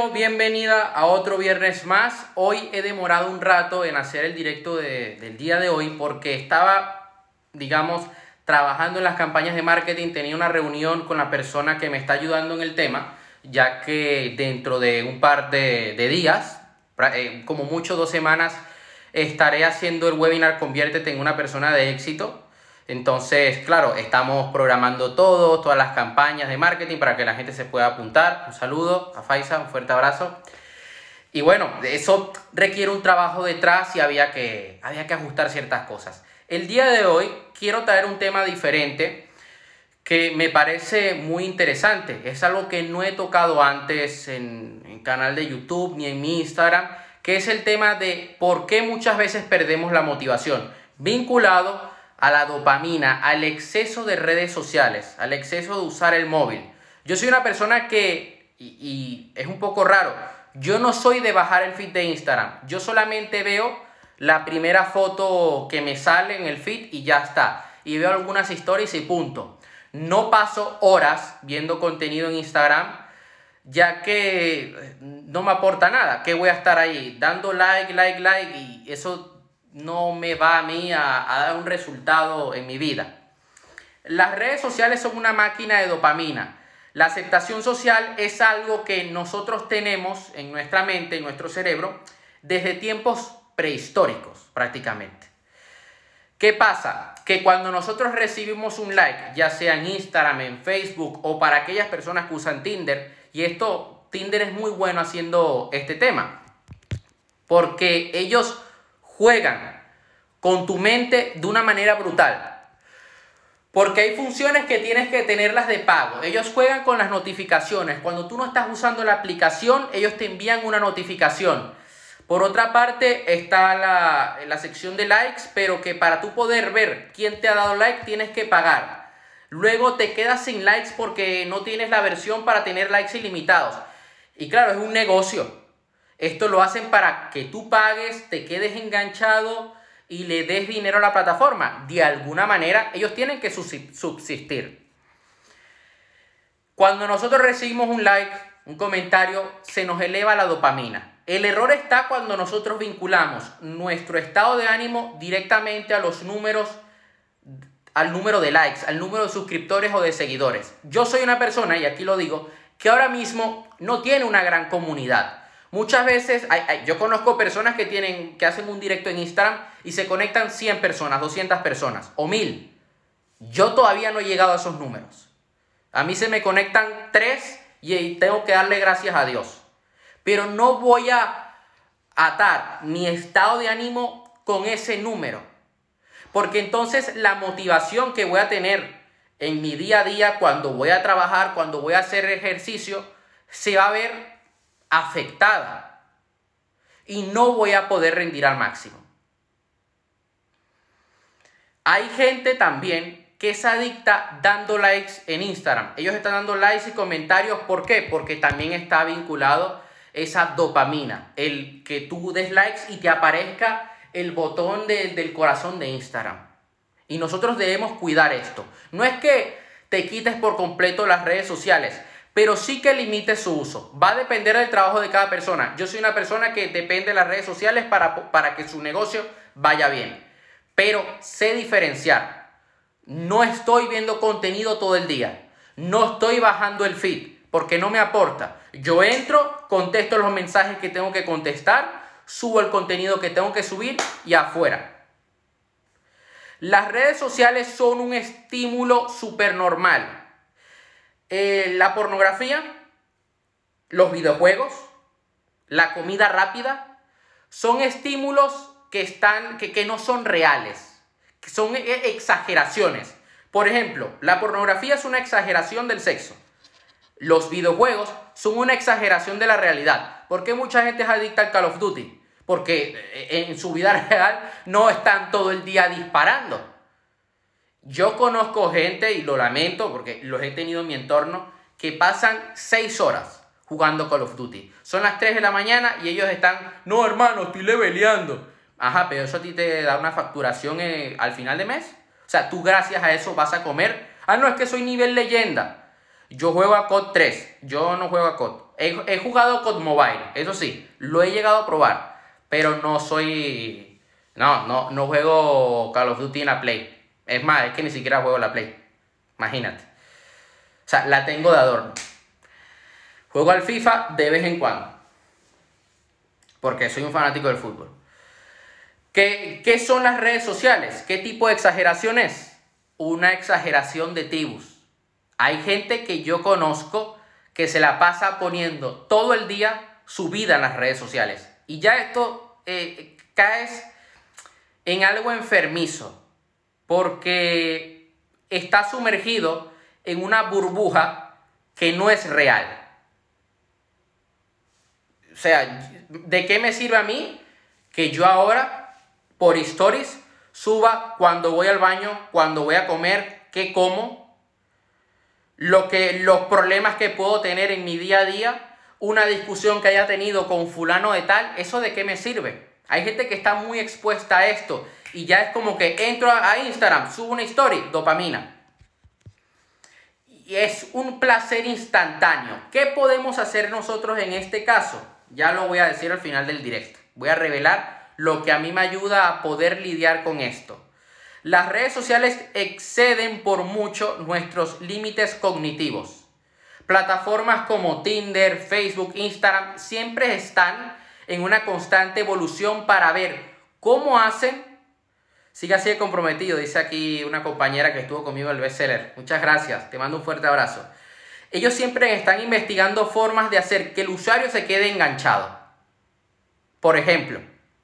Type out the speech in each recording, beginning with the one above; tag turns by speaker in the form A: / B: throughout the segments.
A: bienvenida a otro viernes más. Hoy he demorado un rato en hacer el directo del día de hoy porque estaba, trabajando en las campañas de marketing. Tenía una reunión con la persona que me está ayudando en el tema, ya que dentro de un par de días, como mucho 2 semanas, estaré haciendo el webinar Conviértete en una persona de éxito. Entonces, claro, estamos programando todas las campañas de marketing para que la gente se pueda apuntar. Un saludo a Faisa, un fuerte abrazo. Y bueno, eso requiere un trabajo detrás y había que ajustar ciertas cosas. El día de hoy quiero traer un tema diferente que me parece muy interesante. Es algo que no he tocado antes en canal de YouTube ni en mi Instagram, que es el tema de por qué muchas veces perdemos la motivación, vinculado a la dopamina, al exceso de redes sociales, al exceso de usar el móvil. Yo soy una persona que, y es un poco raro, yo no soy de bajar el feed de Instagram. Yo solamente veo la primera foto que me sale en el feed y ya está. Y veo algunas stories y punto. No paso horas viendo contenido en Instagram, ya que no me aporta nada. ¿Qué voy a estar ahí? Dando like, y eso no me va a mí a dar un resultado en mi vida. Las redes sociales son una máquina de dopamina. La aceptación social es algo que nosotros tenemos en nuestra mente, en nuestro cerebro, desde tiempos prehistóricos prácticamente. ¿Qué pasa? Que cuando nosotros recibimos un like, ya sea en Instagram, en Facebook o para aquellas personas que usan Tinder, y Tinder es muy bueno haciendo este tema, porque ellos juegan con tu mente de una manera brutal. Porque hay funciones que tienes que tenerlas de pago. Ellos juegan con las notificaciones. Cuando tú no estás usando la aplicación, ellos te envían una notificación. Por otra parte, está la sección de likes, pero que para tú poder ver quién te ha dado like, tienes que pagar. Luego te quedas sin likes porque no tienes la versión para tener likes ilimitados. Y claro, es un negocio. Esto lo hacen para que tú pagues, te quedes enganchado y le des dinero a la plataforma. De alguna manera, ellos tienen que subsistir. Cuando nosotros recibimos un like, un comentario, se nos eleva la dopamina. El error está cuando nosotros vinculamos nuestro estado de ánimo directamente a los números, al número de likes, al número de suscriptores o de seguidores. Yo soy una persona, y aquí lo digo, que ahora mismo no tiene una gran comunidad. Muchas veces, yo conozco personas que hacen un directo en Instagram y se conectan 100 personas, 200 personas o 1000. Yo todavía no he llegado a esos números. A mí se me conectan 3 y tengo que darle gracias a Dios. Pero no voy a atar mi estado de ánimo con ese número. Porque entonces la motivación que voy a tener en mi día a día, cuando voy a trabajar, cuando voy a hacer ejercicio, se va a ver afectada y no voy a poder rendir al máximo. Hay gente también que es adicta dando likes en Instagram. Ellos están dando likes y comentarios. ¿Por qué? Porque también está vinculado esa dopamina, el que tú des likes y te aparezca el botón del corazón de Instagram. Y nosotros debemos cuidar esto. No es que te quites por completo las redes sociales, pero sí que limite su uso. Va a depender del trabajo de cada persona. Yo soy una persona que depende de las redes sociales para que su negocio vaya bien. Pero sé diferenciar. No estoy viendo contenido todo el día. No estoy bajando el feed porque no me aporta. Yo entro, contesto los mensajes que tengo que contestar, subo el contenido que tengo que subir y afuera. Las redes sociales son un estímulo súper normal. La pornografía, los videojuegos, la comida rápida, son estímulos que no son reales, que son exageraciones. Por ejemplo, la pornografía es una exageración del sexo. Los videojuegos son una exageración de la realidad. ¿Por qué mucha gente es adicta al Call of Duty? Porque en su vida real no están todo el día disparando. Yo conozco gente, y lo lamento porque los he tenido en mi entorno, que pasan 6 horas jugando Call of Duty. Son las 3 de la mañana y ellos están, no hermano, estoy leveleando. Ajá, pero eso a ti te da una facturación al final de mes. O sea, tú gracias a eso vas a comer. Ah, no, es que soy nivel leyenda. Yo juego a COD 3, yo no juego a COD. He jugado COD Mobile, eso sí, lo he llegado a probar, pero no soy... No juego Call of Duty en la Play. Es más, es que ni siquiera juego la Play. Imagínate. O sea, la tengo de adorno. Juego al FIFA de vez en cuando, porque soy un fanático del fútbol. ¿Qué son las redes sociales? ¿Qué tipo de exageración es? Una exageración de tribus. Hay gente que yo conozco que se la pasa poniendo todo el día su vida en las redes sociales. Y ya esto caes en algo enfermizo, porque está sumergido en una burbuja que no es real. O sea, ¿de qué me sirve a mí que yo ahora por stories suba cuando voy al baño, cuando voy a comer, qué como, los problemas que puedo tener en mi día a día, una discusión que haya tenido con fulano de tal? ¿Eso de qué me sirve? Hay gente que está muy expuesta a esto y ya es como que entro a Instagram, subo una story, dopamina. Y es un placer instantáneo. ¿Qué podemos hacer nosotros en este caso? Ya lo voy a decir al final del directo. Voy a revelar lo que a mí me ayuda a poder lidiar con esto. Las redes sociales exceden por mucho nuestros límites cognitivos. Plataformas como Tinder, Facebook, Instagram siempre están en una constante evolución para ver cómo hacen. Sigue así de comprometido, dice aquí una compañera que estuvo conmigo en el bestseller. Muchas gracias, te mando un fuerte abrazo. Ellos siempre están investigando formas de hacer que el usuario se quede enganchado. Por ejemplo,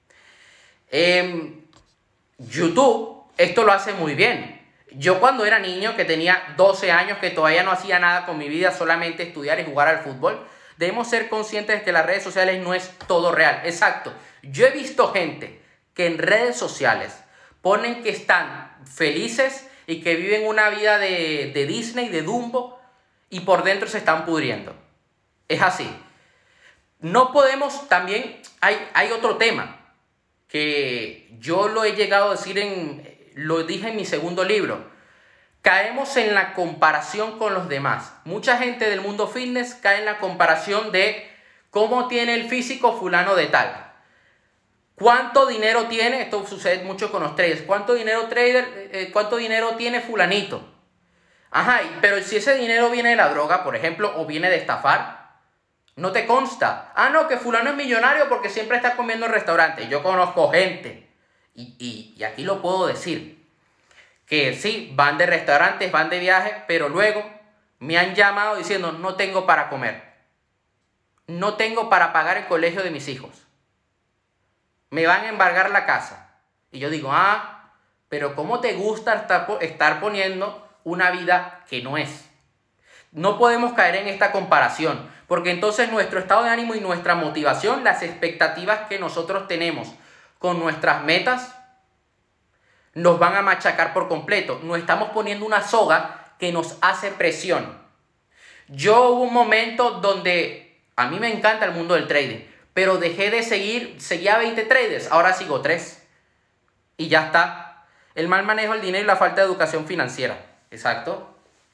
A: YouTube esto lo hace muy bien. Yo cuando era niño, que tenía 12 años, que todavía no hacía nada con mi vida, solamente estudiar y jugar al fútbol, debemos ser conscientes de que las redes sociales no es todo real. Exacto. Yo he visto gente que en redes sociales ponen que están felices y que viven una vida de Disney, de Dumbo, y por dentro se están pudriendo. Es así. No podemos, también hay otro tema que yo lo he llegado a decir lo dije en mi segundo libro. Caemos en la comparación con los demás. Mucha gente del mundo fitness cae en la comparación de cómo tiene el físico fulano de tal. ¿Cuánto dinero tiene? Esto sucede mucho con los traders. ¿Cuánto dinero tiene fulanito? Ajá, pero si ese dinero viene de la droga, por ejemplo, o viene de estafar, no te consta. Ah, no, que fulano es millonario porque siempre está comiendo en restaurantes. Yo conozco gente, y aquí lo puedo decir, que sí, van de restaurantes, van de viajes, pero luego me han llamado diciendo, no tengo para comer. No tengo para pagar el colegio de mis hijos. Me van a embargar la casa. Y yo digo, pero ¿cómo te gusta estar poniendo una vida que no es? No podemos caer en esta comparación, porque entonces nuestro estado de ánimo y nuestra motivación, las expectativas que nosotros tenemos con nuestras metas, nos van a machacar por completo. Nos estamos poniendo una soga que nos hace presión. Yo hubo un momento donde a mí me encanta el mundo del trading, pero dejé de seguía 20 traders, ahora sigo 3. Y ya está. El mal manejo del dinero y la falta de educación financiera. Exacto.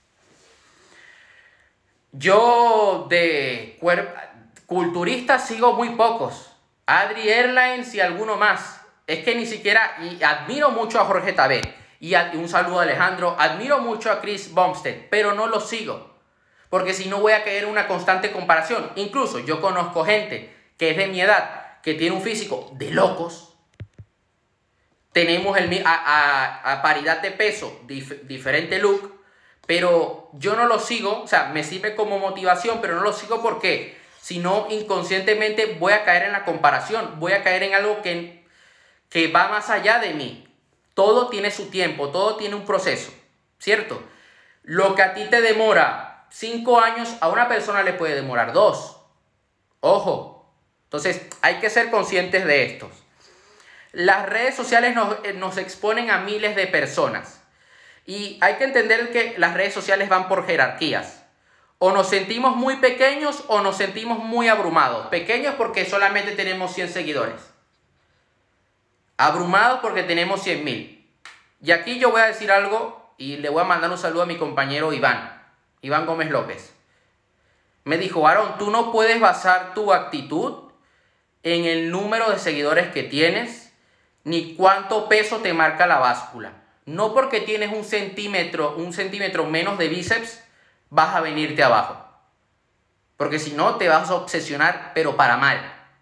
A: Yo de culturistas sigo muy pocos. Adri Airlines y alguno más. Es que ni siquiera, y admiro mucho a Jorge Tabé. Y un saludo a Alejandro. Admiro mucho a Chris Bumstead, pero no lo sigo. Porque si no voy a caer en una constante comparación. Incluso yo conozco gente que es de mi edad, que tiene un físico de locos. Tenemos a paridad de peso, diferente look, pero yo no lo sigo, o sea, me sirve como motivación, pero no lo sigo porque si no, inconscientemente voy a caer en la comparación, voy a caer en algo que va más allá de mí. Todo tiene su tiempo, todo tiene un proceso, ¿cierto? Lo que a ti te demora 5 años, a una persona le puede demorar 2. Ojo. Entonces, hay que ser conscientes de esto. Las redes sociales nos exponen a miles de personas. Y hay que entender que las redes sociales van por jerarquías. O nos sentimos muy pequeños o nos sentimos muy abrumados. Pequeños porque solamente tenemos 100 seguidores. Abrumados porque tenemos 100.000. Y aquí yo voy a decir algo y le voy a mandar un saludo a mi compañero Iván Gómez López. Me dijo, Aaron, tú no puedes basar tu actitud en el número de seguidores que tienes, ni cuánto peso te marca la báscula. No porque tienes un centímetro menos de bíceps, vas a venirte abajo. Porque si no, te vas a obsesionar, pero para mal.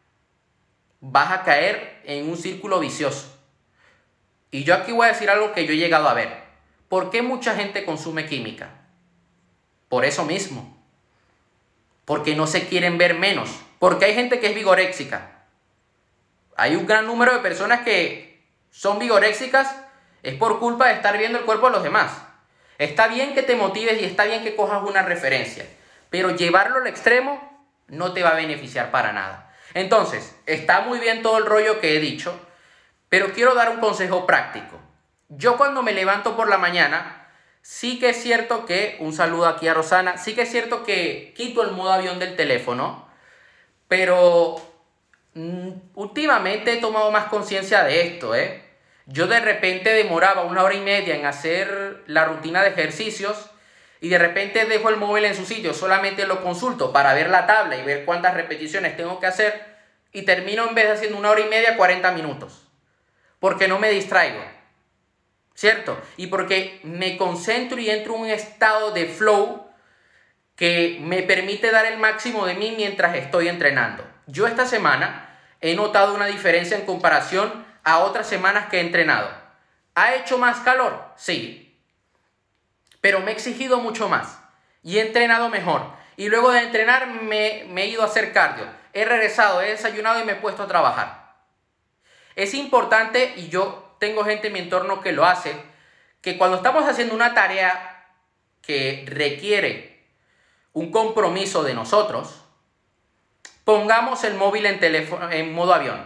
A: Vas a caer en un círculo vicioso. Y yo aquí voy a decir algo que yo he llegado a ver. ¿Por qué mucha gente consume química? Por eso mismo. Porque no se quieren ver menos. Porque hay gente que es vigoréxica. Hay un gran número de personas que son vigoréxicas. Es por culpa de estar viendo el cuerpo de los demás. Está bien que te motives y está bien que cojas una referencia. Pero llevarlo al extremo no te va a beneficiar para nada. Entonces, está muy bien todo el rollo que he dicho. Pero quiero dar un consejo práctico. Yo cuando me levanto por la mañana, sí que es cierto que, un saludo aquí a Rosana, sí que es cierto que quito el modo avión del teléfono, pero últimamente he tomado más conciencia de esto, Yo de repente demoraba 1 hora y media en hacer la rutina de ejercicios y de repente dejo el móvil en su sitio, solamente lo consulto para ver la tabla y ver cuántas repeticiones tengo que hacer y termino en vez de haciendo 1 hora y media, 40 minutos. Porque no me distraigo, ¿cierto? Y porque me concentro y entro en un estado de flow que me permite dar el máximo de mí mientras estoy entrenando. Yo esta semana he notado una diferencia en comparación a otras semanas que he entrenado. ¿Ha hecho más calor? Sí. Pero me he exigido mucho más y he entrenado mejor. Y luego de entrenar me he ido a hacer cardio. He regresado, he desayunado y me he puesto a trabajar. Es importante, y yo tengo gente en mi entorno que lo hace, que cuando estamos haciendo una tarea que requiere un compromiso de nosotros, pongamos el móvil en modo avión.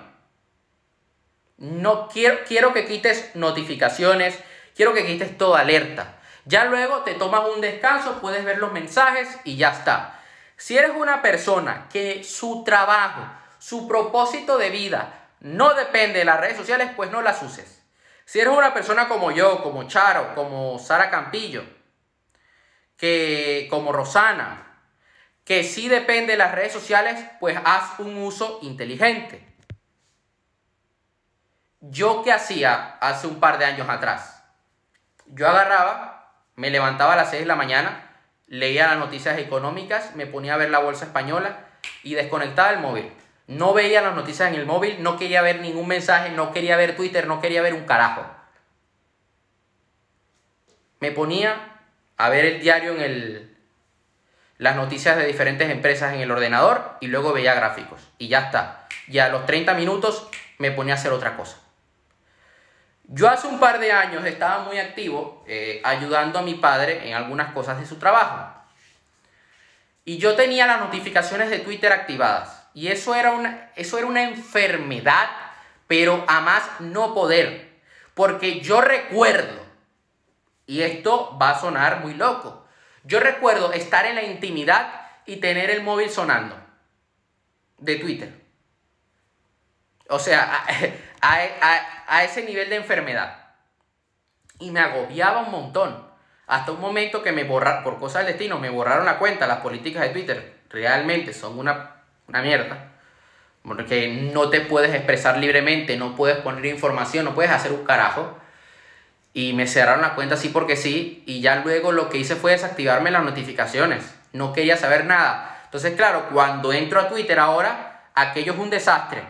A: No quiero que quites notificaciones, quiero que quites toda alerta. Ya luego te tomas un descanso, puedes ver los mensajes y ya está. Si eres una persona que su trabajo, su propósito de vida no depende de las redes sociales, pues no las uses. Si eres una persona como yo, como Charo, como Sara Campillo, como Rosana, que sí depende de las redes sociales, pues haz un uso inteligente. ¿Yo qué hacía hace un par de años atrás? Yo agarraba, me levantaba a las 6 de la mañana, leía las noticias económicas, me ponía a ver la bolsa española y desconectaba el móvil. No veía las noticias en el móvil, no quería ver ningún mensaje, no quería ver Twitter, no quería ver un carajo. Me ponía a ver el diario las noticias de diferentes empresas en el ordenador y luego veía gráficos. Y ya está. Y a los 30 minutos me ponía a hacer otra cosa. Yo hace un par de años estaba muy activo ayudando a mi padre en algunas cosas de su trabajo. Y yo tenía las notificaciones de Twitter activadas. Y eso era una enfermedad, pero a más no poder. Porque yo recuerdo, y esto va a sonar muy loco, yo recuerdo estar en la intimidad y tener el móvil sonando de Twitter. O sea, a ese nivel de enfermedad. Y me agobiaba un montón. Hasta un momento que por cosas del destino, me borraron la cuenta. Las políticas de Twitter realmente son una mierda. Porque no te puedes expresar libremente, no puedes poner información, no puedes hacer un carajo. Y me cerraron la cuenta así porque sí. Y ya luego lo que hice fue desactivarme las notificaciones. No quería saber nada. Entonces, claro, cuando entro a Twitter ahora, aquello es un desastre.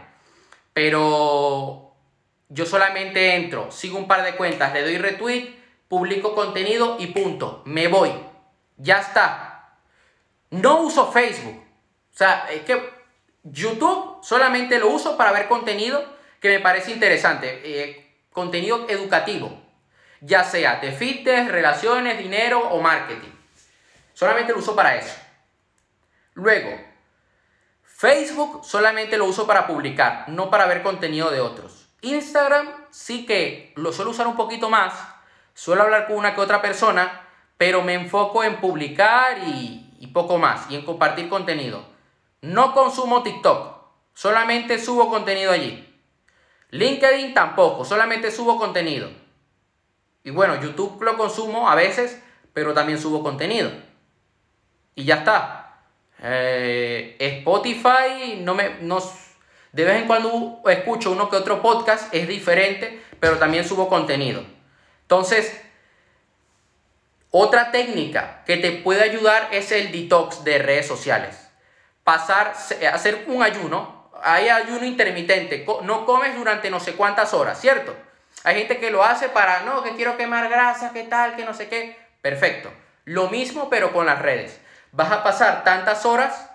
A: Pero yo solamente entro, sigo un par de cuentas, le doy retweet, publico contenido y punto. Me voy. Ya está. No uso Facebook. O sea, es que YouTube solamente lo uso para ver contenido que me parece interesante. Contenido educativo. Ya sea de fitness, relaciones, dinero o marketing. Solamente lo uso para eso. Luego, Facebook solamente lo uso para publicar, no para ver contenido de otros. Instagram sí que lo suelo usar un poquito más. Suelo hablar con una que otra persona, pero me enfoco en publicar y poco más. Y en compartir contenido. No consumo TikTok, solamente subo contenido allí. LinkedIn tampoco, solamente subo contenido. Y bueno, YouTube lo consumo a veces, pero también subo contenido. Y ya está. Spotify, de vez en cuando escucho uno que otro podcast, es diferente, pero también subo contenido. Entonces, otra técnica que te puede ayudar es el detox de redes sociales. Hacer un ayuno. Hay ayuno intermitente. No comes durante no sé cuántas horas, ¿cierto? Hay gente que lo hace para, no, que quiero quemar grasa, que tal, que no sé qué. Perfecto. Lo mismo, pero con las redes. Vas a pasar tantas horas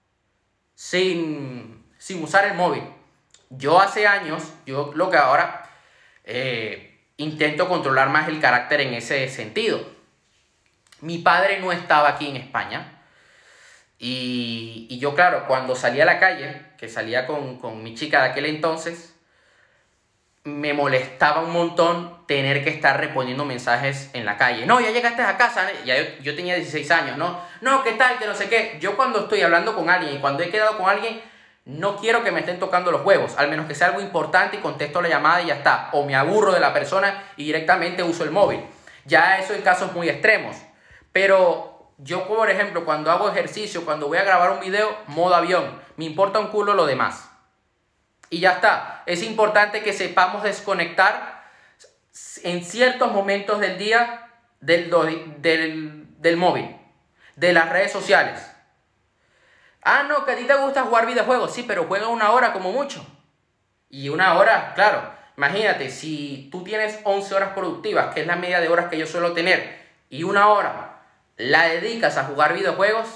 A: sin usar el móvil. Yo hace años, lo que ahora intento controlar más el carácter en ese sentido. Mi padre no estaba aquí en España y yo, claro, cuando salía a la calle, que salía con mi chica de aquel entonces, me molestaba un montón tener que estar respondiendo mensajes en la calle. No, ya llegaste a casa. Yo tenía 16 años, ¿no? No, ¿qué tal? Que no sé qué. Yo cuando estoy hablando con alguien y cuando he quedado con alguien, no quiero que me estén tocando los huevos, al menos que sea algo importante y contesto la llamada y ya está. O me aburro de la persona y directamente uso el móvil. Ya eso en casos muy extremos. Pero yo, por ejemplo, cuando hago ejercicio, cuando voy a grabar un video, modo avión. Me importa un culo lo demás. Y ya está. Es importante que sepamos desconectar en ciertos momentos del día del móvil, de las redes sociales. Ah, no, que a ti te gusta jugar videojuegos. Sí, pero juega 1 hora como mucho. Y 1 hora, claro. Imagínate, si tú tienes 11 horas productivas, que es la media de horas que yo suelo tener, y 1 hora la dedicas a jugar videojuegos,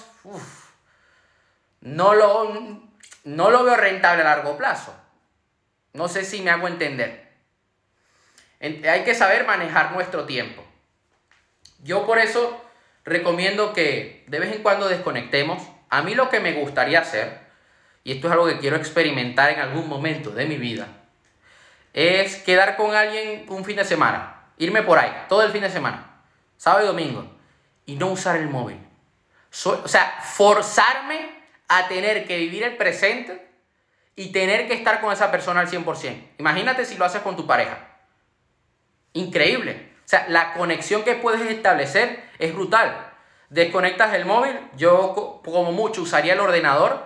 A: no lo veo rentable a largo plazo. No sé si me hago entender. Hay que saber manejar nuestro tiempo. Yo por eso recomiendo que de vez en cuando desconectemos. A mí lo que me gustaría hacer, y esto es algo que quiero experimentar en algún momento de mi vida, es quedar con alguien un fin de semana. Irme por ahí, todo el fin de semana, sábado y domingo, y no usar el móvil. O sea, forzarme a tener que vivir el presente y tener que estar con esa persona al 100%. Imagínate si lo haces con tu pareja. Increíble. O sea, la conexión que puedes establecer es brutal. Desconectas el móvil, yo como mucho usaría el ordenador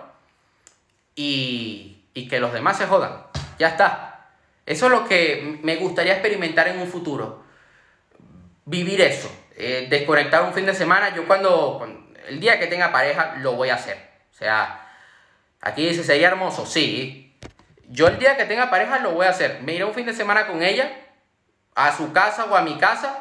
A: y que los demás se jodan. Ya está. Eso es lo que me gustaría experimentar en un futuro. Vivir eso. Desconectar un fin de semana. Yo el día que tenga pareja lo voy a hacer. O sea, aquí dice, ¿sería hermoso? Sí. Yo el día que tenga pareja lo voy a hacer. Me iré un fin de semana con ella, a su casa o a mi casa,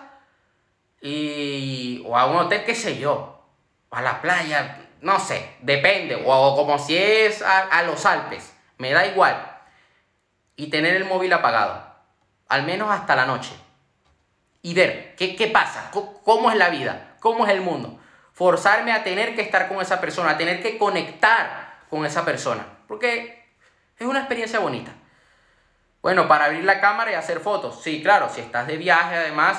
A: o a un hotel, qué sé yo, o a la playa, no sé, depende, o como si es a los Alpes, me da igual. Y tener el móvil apagado, al menos hasta la noche. Y ver qué pasa, cómo es la vida, cómo es el mundo. Forzarme a tener que estar con esa persona, a tener que conectar con esa persona. Porque es una experiencia bonita. Bueno, para abrir la cámara y hacer fotos. Sí, claro, si estás de viaje, además,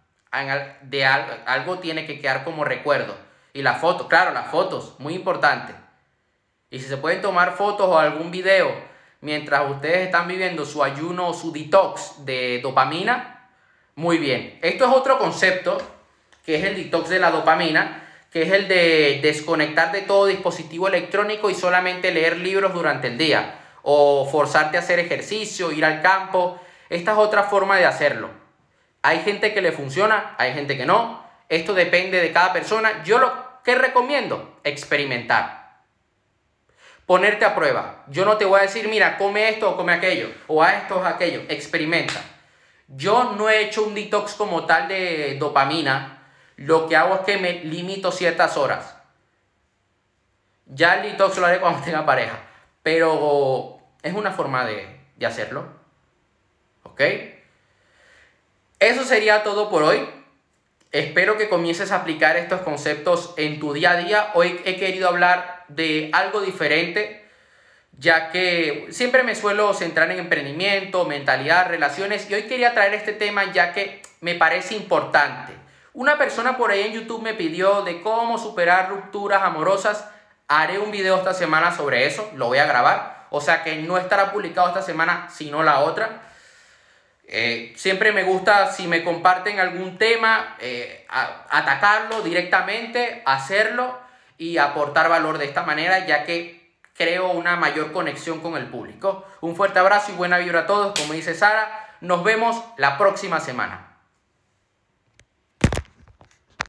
A: algo tiene que quedar como recuerdo. Y las fotos, claro, las fotos, muy importante. Y si se pueden tomar fotos o algún video mientras ustedes están viviendo su ayuno o su detox de dopamina, muy bien. Esto es otro concepto, que es el detox de la dopamina, que es el de desconectar de todo dispositivo electrónico y solamente leer libros durante el día, o forzarte a hacer ejercicio, ir al campo. Esta es otra forma de hacerlo. Hay gente que le funciona, hay gente que no. Esto depende de cada persona. Yo lo que recomiendo, experimentar. Ponerte a prueba. Yo no te voy a decir, mira, come esto o come aquello, o haz esto o aquello. Experimenta. Yo no he hecho un detox como tal de dopamina. Lo que hago es que me limito ciertas horas. Ya el detox lo haré cuando tenga pareja. Pero es una forma de hacerlo. ¿Ok? Eso sería todo por hoy. Espero que comiences a aplicar estos conceptos en tu día a día. Hoy he querido hablar de algo diferente, ya que siempre me suelo centrar en emprendimiento, mentalidad, relaciones, y hoy quería traer este tema ya que me parece importante. Una persona por ahí en YouTube me pidió de cómo superar rupturas amorosas. Haré un video esta semana sobre eso, lo voy a grabar, o sea que no estará publicado esta semana, sino la otra. Siempre me gusta, si me comparten algún tema, atacarlo directamente, hacerlo y aportar valor de esta manera, ya que creo una mayor conexión con el público. Un fuerte abrazo y buena vibra a todos. Como dice Sara, nos vemos la próxima semana.